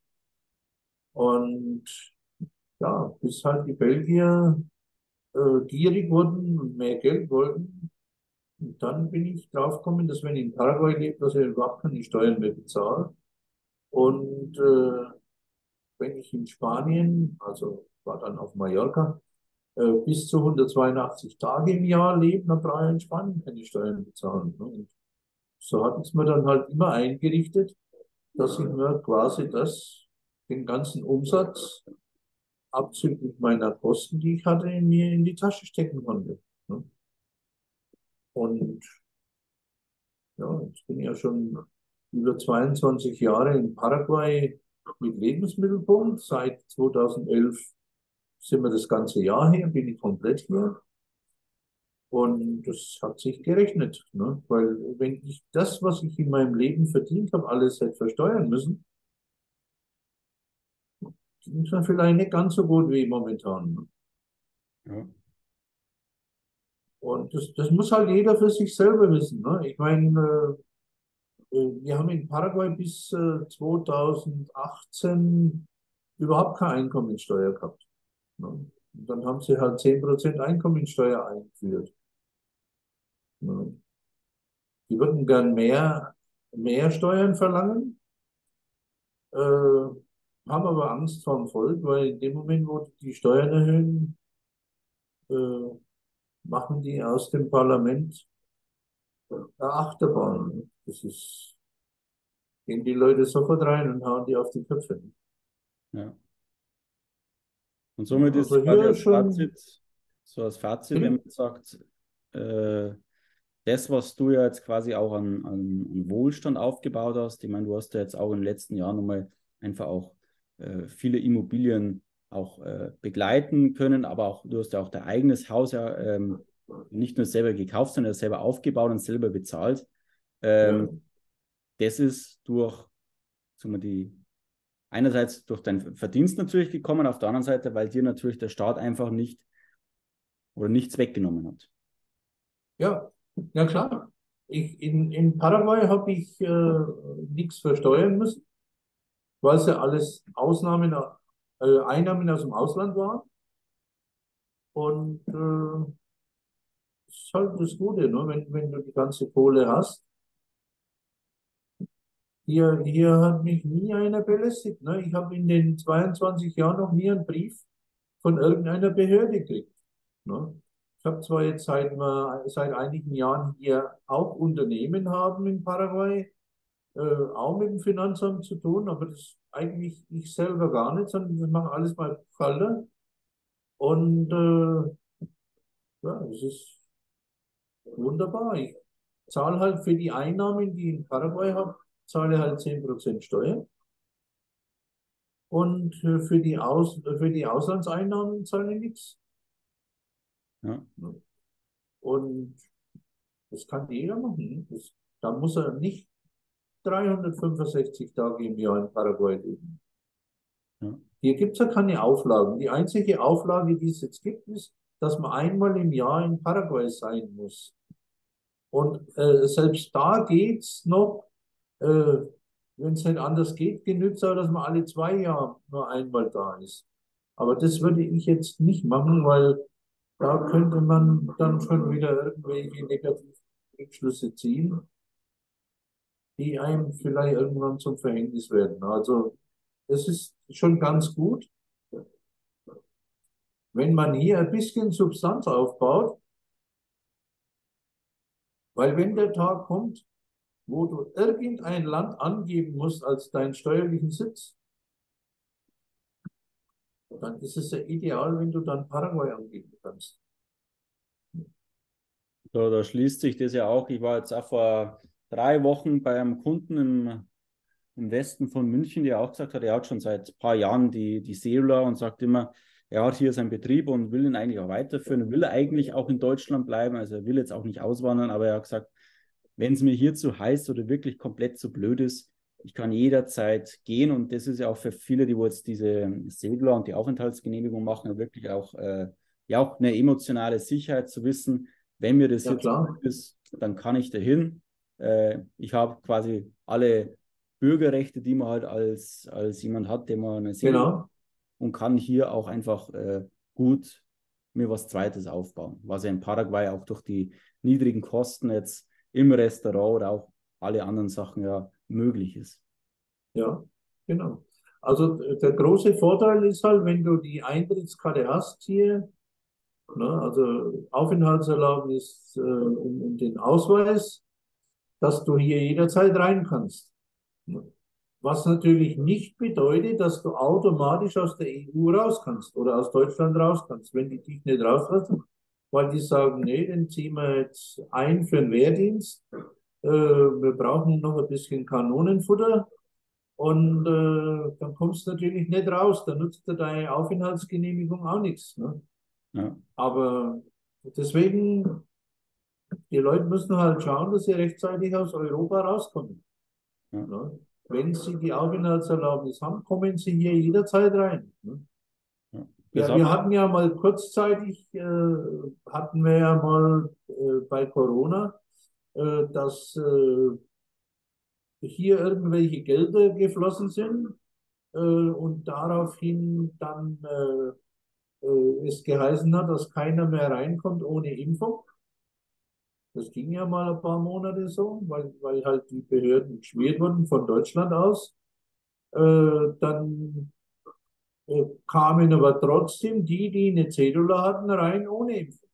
Und ja, bis halt die Belgier äh, gierig wurden und mehr Geld wollten. Und dann bin ich draufgekommen, dass wenn ich in Paraguay lebe, dass ich überhaupt keine Steuern mehr bezahle. Und äh, wenn ich in Spanien, also war dann auf Mallorca, äh, bis zu hundertzweiundachtzig Tage im Jahr lebe, dann brauche ich in Spanien keine Steuern bezahlen. Ne? Und so hat es mir dann halt immer eingerichtet, dass ich mir quasi das, den ganzen Umsatz abzüglich meiner Kosten, die ich hatte, in mir in die Tasche stecken konnte. Ne? Und ja, jetzt bin ich ja schon über zweiundzwanzig Jahre in Paraguay mit Lebensmittelpunkt. Seit zweitausendelf sind wir das ganze Jahr hier, bin ich komplett hier. Und das hat sich gerechnet, ne? Weil wenn ich das, was ich in meinem Leben verdient habe, alles hätte versteuern müssen, ging es dann vielleicht nicht ganz so gut wie momentan. Ne? Ja. Und das, das muss halt jeder für sich selber wissen. Ne? Ich meine, äh, wir haben in Paraguay bis äh, zweitausendachtzehn überhaupt keine Einkommensteuer gehabt. Ne? Und dann haben sie halt zehn Prozent Einkommensteuer eingeführt. Ne? Die würden gern mehr, mehr Steuern verlangen, äh, haben aber Angst vor dem Volk, weil in dem Moment, wo die Steuern erhöhen, äh, machen die aus dem Parlament eine Achterbahn. Das ist, gehen die Leute sofort rein und hauen die auf die Köpfe. Ja. Und somit ist Also quasi hier als schon, Fazit, so als Fazit, wenn bitte? man sagt, äh, das, was du ja jetzt quasi auch an, an, an Wohlstand aufgebaut hast, ich meine, du hast ja jetzt auch in den letzten Jahren nochmal einfach auch äh, viele Immobilien auch äh, begleiten können, aber auch du hast ja auch dein eigenes Haus ja ähm, nicht nur selber gekauft, sondern selber aufgebaut und selber bezahlt. Ja, Ähm, das ist durch, sagen wir, die einerseits durch deinen Verdienst natürlich gekommen, auf der anderen Seite, weil dir natürlich der Staat einfach nicht oder nichts weggenommen hat. ja, ja klar. Ich, in, in Paraguay habe ich äh, nichts versteuern müssen, weil es ja alles Ausnahmen, äh, Einnahmen aus dem Ausland waren. Und äh, das ist halt das Gute, ne? Wenn, wenn du die ganze Kohle hast. Hier, hier hat mich nie einer belästigt. Ne? Ich habe in den zweiundzwanzig Jahren noch nie einen Brief von irgendeiner Behörde gekriegt. Ne? Ich habe zwar jetzt seit, mal, seit einigen Jahren hier auch Unternehmen haben in Paraguay, äh, auch mit dem Finanzamt zu tun, aber das eigentlich ich selber gar nicht, sondern das machen alles mal Buchhalter. Und äh, ja, es ist wunderbar. Ich zahle halt für die Einnahmen, die ich in Paraguay habe, zahle halt zehn Prozent Steuer. Und äh, für die Aus, für die Auslandseinnahmen zahle ich nichts. Ja, Und das kann jeder machen. Das, da muss er nicht dreihundertfünfundsechzig Tage im Jahr in Paraguay leben. ja, Hier gibt es ja keine Auflagen. Die einzige Auflage, die es jetzt gibt, ist, dass man einmal im Jahr in Paraguay sein muss. Und äh, selbst da geht es noch, äh, wenn es nicht anders geht, genügt es auch, dass man alle zwei Jahre nur einmal da ist. Aber das würde ich jetzt nicht machen, weil da könnte man dann schon wieder irgendwelche negativen Rückschlüsse ziehen, die einem vielleicht irgendwann zum Verhängnis werden. Also es ist schon ganz gut, wenn man hier ein bisschen Substanz aufbaut, weil wenn der Tag kommt, wo du irgendein Land angeben musst als deinen steuerlichen Sitz, dann ist es ja ideal, wenn du dann Paraguay angeben kannst. da, da schließt sich das ja auch. Ich war jetzt auch vor drei Wochen bei einem Kunden im, im Westen von München, der auch gesagt hat, er hat schon seit ein paar Jahren die, die Cellular und sagt immer, er hat hier seinen Betrieb und will ihn eigentlich auch weiterführen, will eigentlich auch in Deutschland bleiben, also er will jetzt auch nicht auswandern, aber er hat gesagt, wenn es mir hier zu heiß oder wirklich komplett zu blöd ist, ich kann jederzeit gehen und das ist ja auch für viele, die wo jetzt diese Cellular und die Aufenthaltsgenehmigung machen, wirklich auch, äh, ja auch eine emotionale Sicherheit zu wissen, wenn mir das Ja, hier zu klar. blöd ist, dann kann ich dahin. Äh, ich habe quasi alle Bürgerrechte, die man halt als, als jemand hat, der man eine Cellular Genau. und kann hier auch einfach äh, gut mir was Zweites aufbauen, was ja in Paraguay auch durch die niedrigen Kosten jetzt im Restaurant oder auch alle anderen Sachen ja möglich ist. Ja, genau. Also der große Vorteil ist halt, wenn du die Eintrittskarte hast hier, ne, also Aufenthaltserlaubnis äh, und, und den Ausweis, dass du hier jederzeit rein kannst. Ne. Was natürlich nicht bedeutet, dass du automatisch aus der E U raus kannst oder aus Deutschland raus kannst, wenn die dich nicht rauslassen, weil die sagen, nee, den ziehen wir jetzt ein für den Wehrdienst. Äh, wir brauchen noch ein bisschen Kanonenfutter. Und äh, dann kommst du natürlich nicht raus, dann nutzt dir deine Aufenthaltsgenehmigung auch nichts. Ne? Ja, Aber deswegen, die Leute müssen halt schauen, dass sie rechtzeitig aus Europa rauskommen. ja, Ne? Wenn sie die Aufenthaltserlaubnis haben, kommen sie hier jederzeit rein. Ne? ja. Das Ja, habe wir ich, hatten ja mal kurzzeitig, äh, hatten wir ja mal äh, bei Corona, äh, dass äh, hier irgendwelche Gelder geflossen sind äh, und daraufhin dann äh, äh, es geheißen hat, dass keiner mehr reinkommt ohne Impfung. Das ging ja mal ein paar Monate so, weil, weil halt die Behörden geschmiert wurden von Deutschland aus. Äh, dann äh, kamen aber trotzdem die, die eine Cedula hatten, rein ohne Impfung.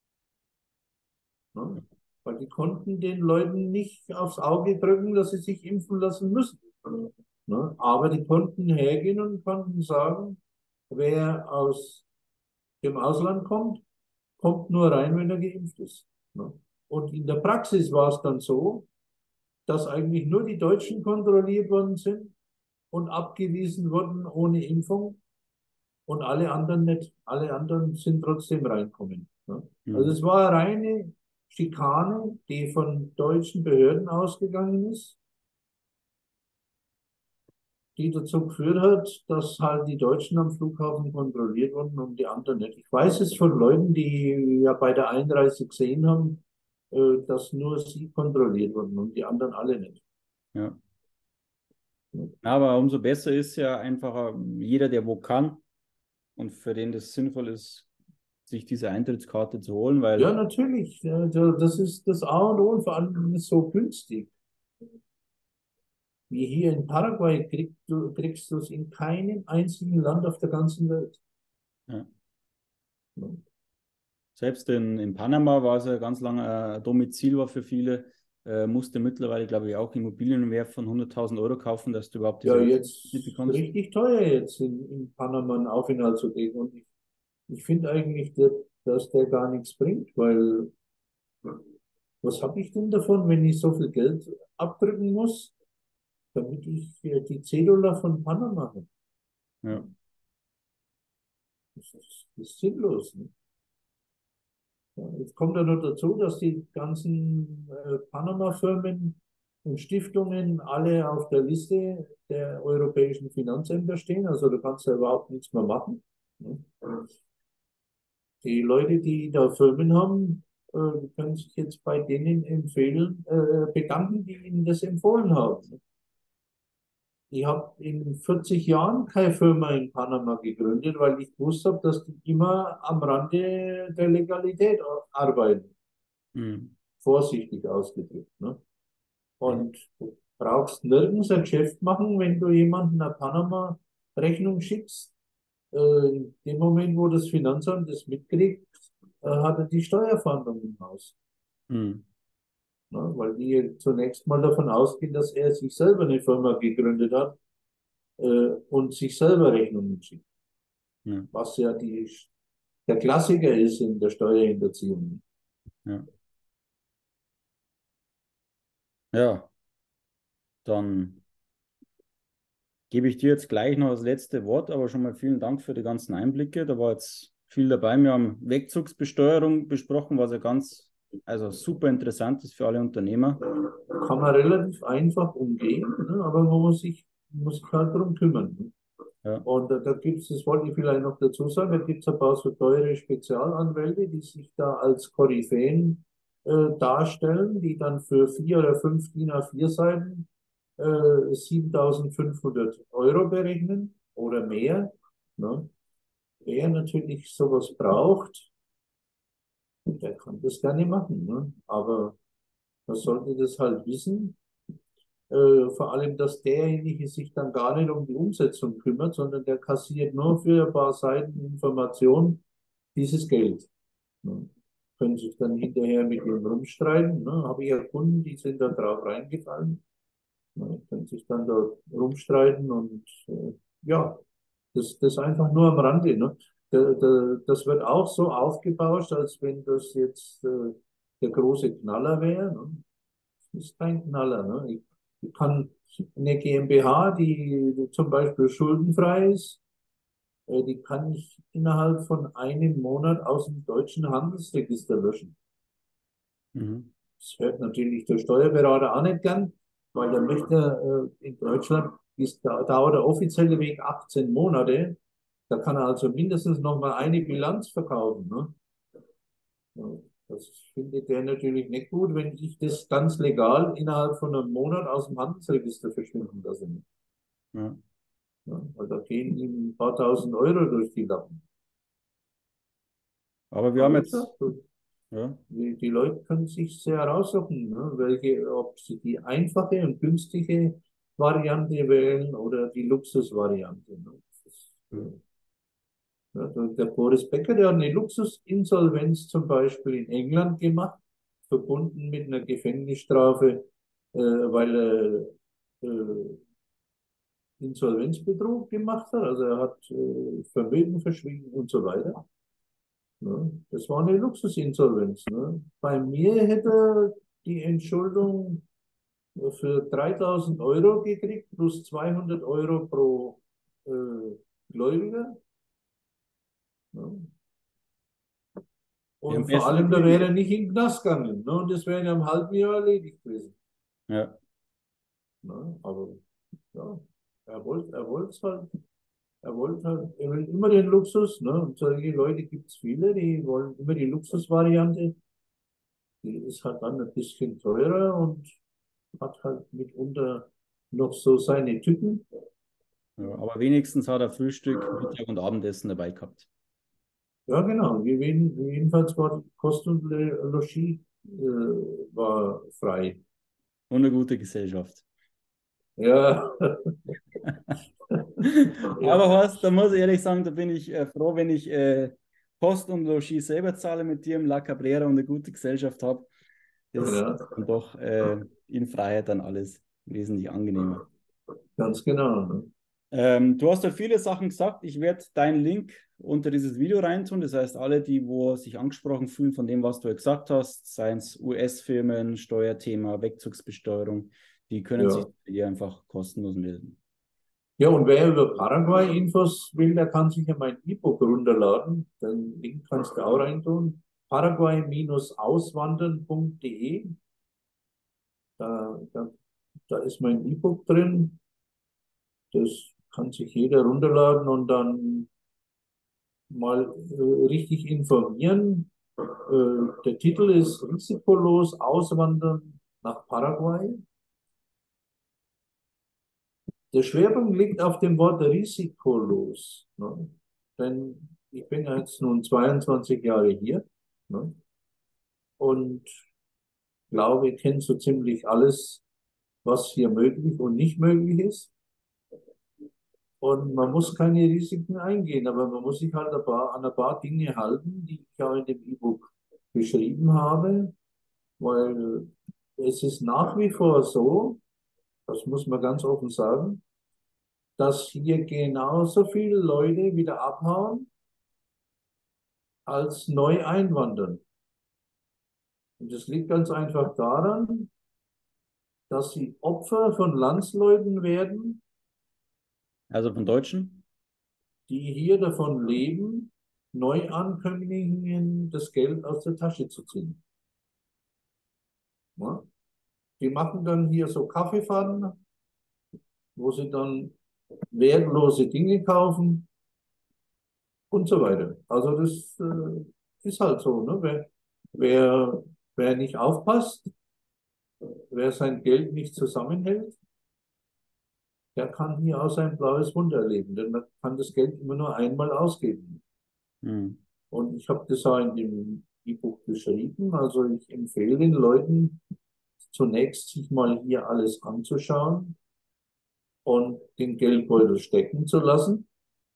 Ne? Weil die konnten den Leuten nicht aufs Auge drücken, dass sie sich impfen lassen müssen. Ne? Aber die konnten hergehen und konnten sagen, wer aus dem Ausland kommt, kommt nur rein, wenn er geimpft ist. Ne? Und in der Praxis war es dann so, dass eigentlich nur die Deutschen kontrolliert worden sind und abgewiesen wurden ohne Impfung und alle anderen nicht. Alle anderen sind trotzdem reinkommen. Ne? Also Mhm. es war eine reine Schikane, die von deutschen Behörden ausgegangen ist, die dazu geführt hat, dass halt die Deutschen am Flughafen kontrolliert wurden und die anderen nicht. Ich weiß es von Leuten, die ja bei der Einreise gesehen haben, äh, dass nur sie kontrolliert wurden und die anderen alle nicht. Ja. Aber umso besser ist ja einfach jeder, der wo kann und für den das sinnvoll ist, sich diese Eintrittskarte zu holen, Ja, weil natürlich. Ja, das ist das A und O und vor allem ist es so günstig. Wie hier in Paraguay kriegst du, kriegst du es in keinem einzigen Land auf der ganzen Welt. ja, selbst in, in Panama war es ja ganz lange ein Domizil war für viele, äh, musste mittlerweile, glaube ich, auch Immobilien im Wert von hunderttausend Euro kaufen, dass du überhaupt Ja, diese jetzt bekommst. richtig teuer jetzt in, in Panama einen Aufenthalt zu geben. Und ich, ich finde eigentlich, dass, dass der gar nichts bringt, weil was habe ich denn davon, wenn ich so viel Geld abdrücken muss, damit ich äh, die Cedula von Panama habe? Ja. Das ist, das ist sinnlos. Ne? Ja, jetzt kommt ja noch dazu, dass die ganzen äh, Panama-Firmen und Stiftungen alle auf der Liste der europäischen Finanzämter stehen. Also da kannst du ja überhaupt nichts mehr machen. Ne? Die Leute, die da Firmen haben, äh, können sich jetzt bei denen empfehlen, äh, bedanken, die ihnen das empfohlen haben. Ich habe in vierzig Jahren keine Firma in Panama gegründet, weil ich gewusst habe, dass die immer am Rande der Legalität arbeiten. Mhm. Vorsichtig ausgedrückt. Ne? Ja. Und du brauchst nirgends ein Geschäft machen, wenn du jemanden eine Panama-Rechnung schickst. Äh, in dem Moment, wo das Finanzamt das mitkriegt, äh, hat er die Steuerfahndung im Haus. Mhm. Ne? Weil die zunächst mal davon ausgehen, dass er sich selber eine Firma gegründet hat äh, und sich selber Rechnungen schickt. Ja. Was ja die, der Klassiker ist in der Steuerhinterziehung. Ja. Ja, dann gebe ich dir jetzt gleich noch das letzte Wort, aber schon mal vielen Dank für die ganzen Einblicke. Da war jetzt viel dabei. Wir haben Wegzugsbesteuerung besprochen, was ja ganz, also super interessant ist für alle Unternehmer. Kann man relativ einfach umgehen, ne? Aber man muss sich, muss sich halt darum kümmern. Ne? Ja. Und da, da gibt es, das wollte ich vielleicht noch dazu sagen, da gibt es ein paar so teure Spezialanwälte, die sich da als Koryphäen äh, darstellen, die dann für vier oder fünf D I N A vier Seiten äh, siebentausendfünfhundert Euro berechnen oder mehr. Ne? Wer natürlich sowas braucht, der kann das gerne machen. Ne? Aber man sollte das halt wissen. Äh, vor allem, dass derjenige sich dann gar nicht um die Umsetzung kümmert, sondern der kassiert nur für ein paar Seiten Information dieses Geld. Ne? Können sich dann hinterher mit ihm rumstreiten. Ne? Habe ich ja Kunden, die sind da drauf reingefallen. Ne? Können sich dann da rumstreiten und äh, ja, das, das einfach nur am Rande. Ne? Da, da, das wird auch so aufgebauscht, als wenn das jetzt äh, der große Knaller wäre. Ne? Das ist kein Knaller. Ne? Ich, ich kann eine GmbH, die zum Beispiel schuldenfrei ist, äh, die kann ich innerhalb von einem Monat aus dem deutschen Handelsregister löschen. Mhm. Das hört natürlich der Steuerberater auch nicht gern, weil der möchte äh, in Deutschland ist, da dauert der offizielle Weg achtzehn Monate. Da kann er also mindestens noch mal eine Bilanz verkaufen. Ne? Ja, das findet der natürlich nicht gut, wenn ich das ganz legal innerhalb von einem Monat aus dem Handelsregister verschwinden lasse. Ja. Ja, weil da gehen ihm ein paar tausend Euro durch die Lappen. Aber wir haben Aber wie jetzt, gesagt, du, ja, die, die Leute können sich sehr heraussuchen, ne, welche, ob sie die einfache und günstige Variante wählen oder die Luxusvariante. Ne. Das ist, ja, äh, ja, der der Boris Becker, der hat eine Luxusinsolvenz zum Beispiel in England gemacht, verbunden mit einer Gefängnisstrafe, äh, weil er äh, Insolvenzbetrug gemacht hat. Also er hat äh, Vermögen verschwiegen und so weiter. Ne? Das war eine Luxusinsolvenz. Ne? Bei mir hätte die Entschuldung für dreitausend Euro gekriegt, plus zweihundert Euro pro äh, Gläubiger. Ne? Ja, am Und vor besten allem, da natürlich. wäre er nicht in den Knast gegangen. Ne? Und das wäre in einem halben Jahr erledigt gewesen. Ja. Ne? Aber ja, er wollte er wollte es halt. Er wollte halt, er will immer den Luxus. Ne? Und solche Leute gibt es viele, die wollen immer die Luxusvariante. Die ist halt dann ein bisschen teurer und hat halt mitunter noch so seine Tücken. Ja, aber wenigstens hat er Frühstück, Mittag und Abendessen dabei gehabt. Ja, genau. Wir jeden, jedenfalls war die Kost und Le- Logis äh, war frei. Und eine gute Gesellschaft. Ja, Aber ja, Horst, da muss ich ehrlich sagen, da bin ich äh, froh, wenn ich äh, Kost und Logis selber zahle mit dir im La Cabrera und eine gute Gesellschaft habe. Das ja, ist dann doch äh, in Freiheit dann alles wesentlich angenehmer. ganz genau. Ne? Ähm, du hast ja viele Sachen gesagt. Ich werde deinen Link unter dieses Video reintun. Das heißt, alle, die wo sich angesprochen fühlen von dem, was du ja gesagt hast, seien es U S-Firmen, Steuerthema, Wegzugsbesteuerung, die können sich Ja. hier einfach kostenlos melden. Ja, und wer über Paraguay-Infos will, der kann sich ja mein E-Book runterladen. Den Link kannst du auch reintun. paraguay-auswandern punkt de. Da, da, da ist mein E-Book drin. Das kann sich jeder runterladen und dann mal äh, richtig informieren. Äh, der Titel ist Risikolos Auswandern nach Paraguay. Der Schwerpunkt liegt auf dem Wort risikolos. Ne? Denn ich bin ja jetzt nun zweiundzwanzig Jahre hier, ne? Und glaube, ich kenne so ziemlich alles, was hier möglich und nicht möglich ist. Und man muss keine Risiken eingehen, aber man muss sich halt ein paar, an ein paar Dinge halten, die ich auch in dem E-Book beschrieben habe, weil es ist nach wie vor so, das muss man ganz offen sagen, dass hier genauso viele Leute wieder abhauen, als neu einwandern. Und das liegt ganz einfach daran, dass sie Opfer von Landsleuten werden, Also von Deutschen? die hier davon leben, Neuankömmlingen das Geld aus der Tasche zu ziehen. Ja? Die machen dann hier so Kaffeefahrten, wo sie dann wertlose Dinge kaufen und so weiter. Also das äh, ist halt so. Ne? Wer, wer, wer nicht aufpasst, wer sein Geld nicht zusammenhält, der kann hier auch sein blaues Wunder erleben, denn man kann das Geld immer nur einmal ausgeben. Hm. Und ich habe das auch in dem E-Book beschrieben. Also ich empfehle den Leuten zunächst, sich mal hier alles anzuschauen und den Geldbeutel stecken zu lassen,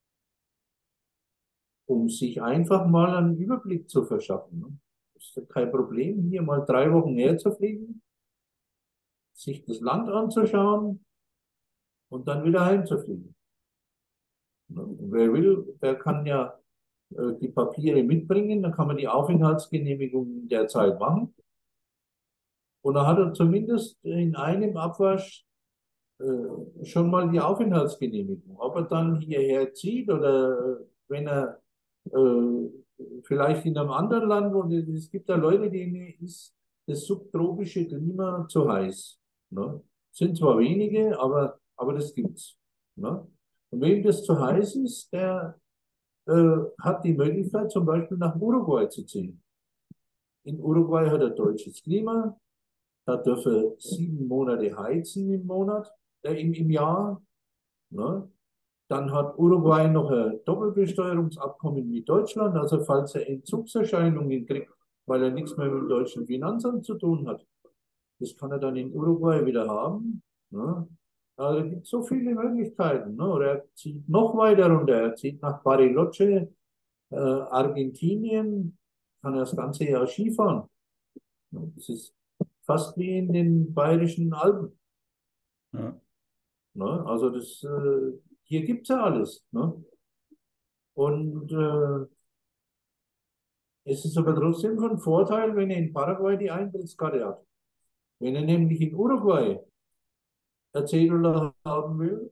um sich einfach mal einen Überblick zu verschaffen. Es ist ja kein Problem, hier mal drei Wochen herzufliegen, sich das Land anzuschauen und dann wieder heimzufliegen. Wer will, der kann ja äh, die Papiere mitbringen, dann kann man die Aufenthaltsgenehmigung in der Zeit machen. Und dann hat er zumindest in einem Abwasch äh, schon mal die Aufenthaltsgenehmigung. Ob er dann hierher zieht oder wenn er äh, vielleicht in einem anderen Land wohnt, es gibt ja Leute, denen ist das subtropische Klima zu heiß. Ne? Sind zwar wenige, aber, aber das gibt's. Ne? Und wem das zu heiß ist, der äh, hat die Möglichkeit, zum Beispiel nach Uruguay zu ziehen. In Uruguay hat er deutsches Klima, da dürfe sieben Monate heizen im Monat, äh, im, im Jahr. Ne? Dann hat Uruguay noch ein Doppelbesteuerungsabkommen mit Deutschland, also falls er Entzugserscheinungen kriegt, weil er nichts mehr mit dem deutschen Finanzamt zu tun hat, das kann er dann in Uruguay wieder haben. Ne? Also es gibt so viele Möglichkeiten. Ne? Oder er zieht noch weiter runter, er zieht nach Bariloche, äh, Argentinien, kann er das ganze Jahr Skifahren. Das ist fast wie in den Bayerischen Alpen. Ja. Ne? Also das, äh, hier gibt es ja alles. Ne? Und äh, Es ist aber trotzdem von Vorteil, wenn er in Paraguay die Eintrittskarte hat. Wenn er nämlich in Uruguay eine Cedula haben will,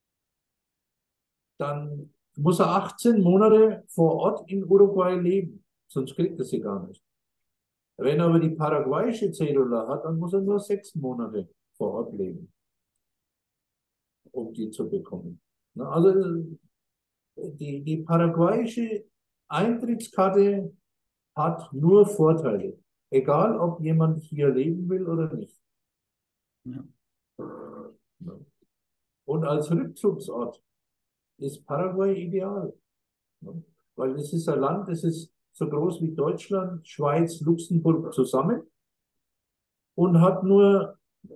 dann muss er achtzehn Monate vor Ort in Uruguay leben, sonst kriegt er sie gar nicht. Wenn er aber die paraguayische Cedula hat, dann muss er nur sechs Monate vor Ort leben, um die zu bekommen. Also die, die paraguayische Eintrittskarte hat nur Vorteile, egal ob jemand hier leben will oder nicht. Ja. Und als Rückzugsort ist Paraguay ideal, weil es ist ein Land, das ist so groß wie Deutschland, Schweiz, Luxemburg zusammen und hat nur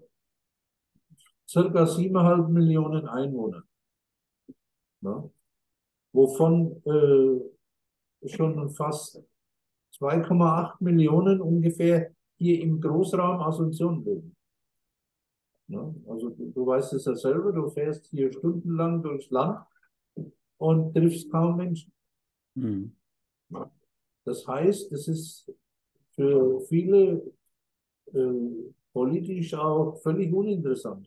circa siebeneinhalb Millionen Einwohner, ja, wovon äh, schon fast zwei Komma acht Millionen ungefähr hier im Großraum Asunción leben. Ja, also du, du weißt es ja selber, du fährst hier stundenlang durchs Land und triffst kaum Menschen. Mhm. Ja. Das heißt, es ist für viele äh, politisch auch völlig uninteressant.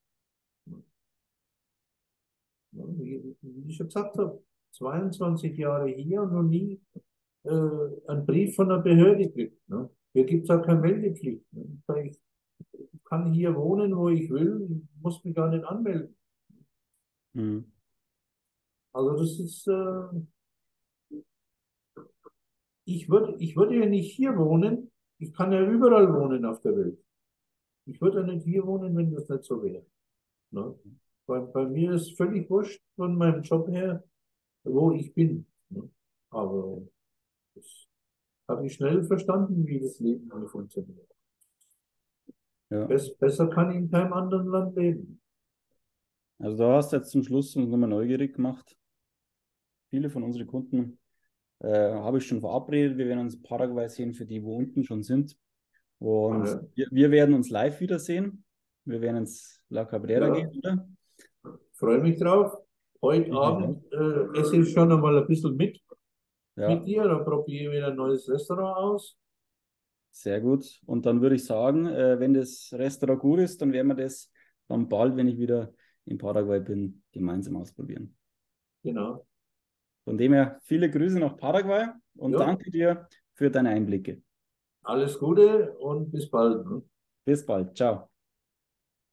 Ja, wie, wie ich schon gesagt habe, zweiundzwanzig Jahre hier und noch nie äh, einen Brief von der Behörde gekriegt. Ne? Hier gibt es auch keine Meldepflicht. Ne? Ich kann hier wohnen, wo ich will, muss mich gar nicht anmelden. Mhm. Also das ist, äh, ich würde ich würd ja nicht hier wohnen, ich kann ja überall wohnen auf der Welt. Ich würde ja nicht hier wohnen, wenn das nicht so wäre. Ne? Bei, bei mir ist völlig wurscht von meinem Job her, wo ich bin. Ne? Aber das habe ich schnell verstanden, wie das Leben hier funktioniert. Ja. Bess, besser kann ich in keinem anderen Land leben. Also da hast du jetzt zum Schluss uns nochmal neugierig gemacht. Viele von unseren Kunden äh, habe ich schon verabredet. Wir werden uns in Paraguay sehen, für die, wo unten schon sind. Und Ja, wir, wir werden uns live wiedersehen. Wir werden ins La Cabrera ja, gehen, oder? freue mich drauf. Heute Ich mich auch. Abend äh, esse ich schon einmal ein bisschen mit, Ja, mit dir. Da probiere ich wieder ein neues Restaurant aus. sehr gut. Und dann würde ich sagen, äh, wenn das Restaurant gut ist, dann werden wir das dann bald, wenn ich wieder in Paraguay bin, gemeinsam ausprobieren. Genau. Von dem her viele Grüße nach Paraguay und Ja, danke dir für deine Einblicke. alles Gute und bis bald. Ne? Bis bald. Ciao.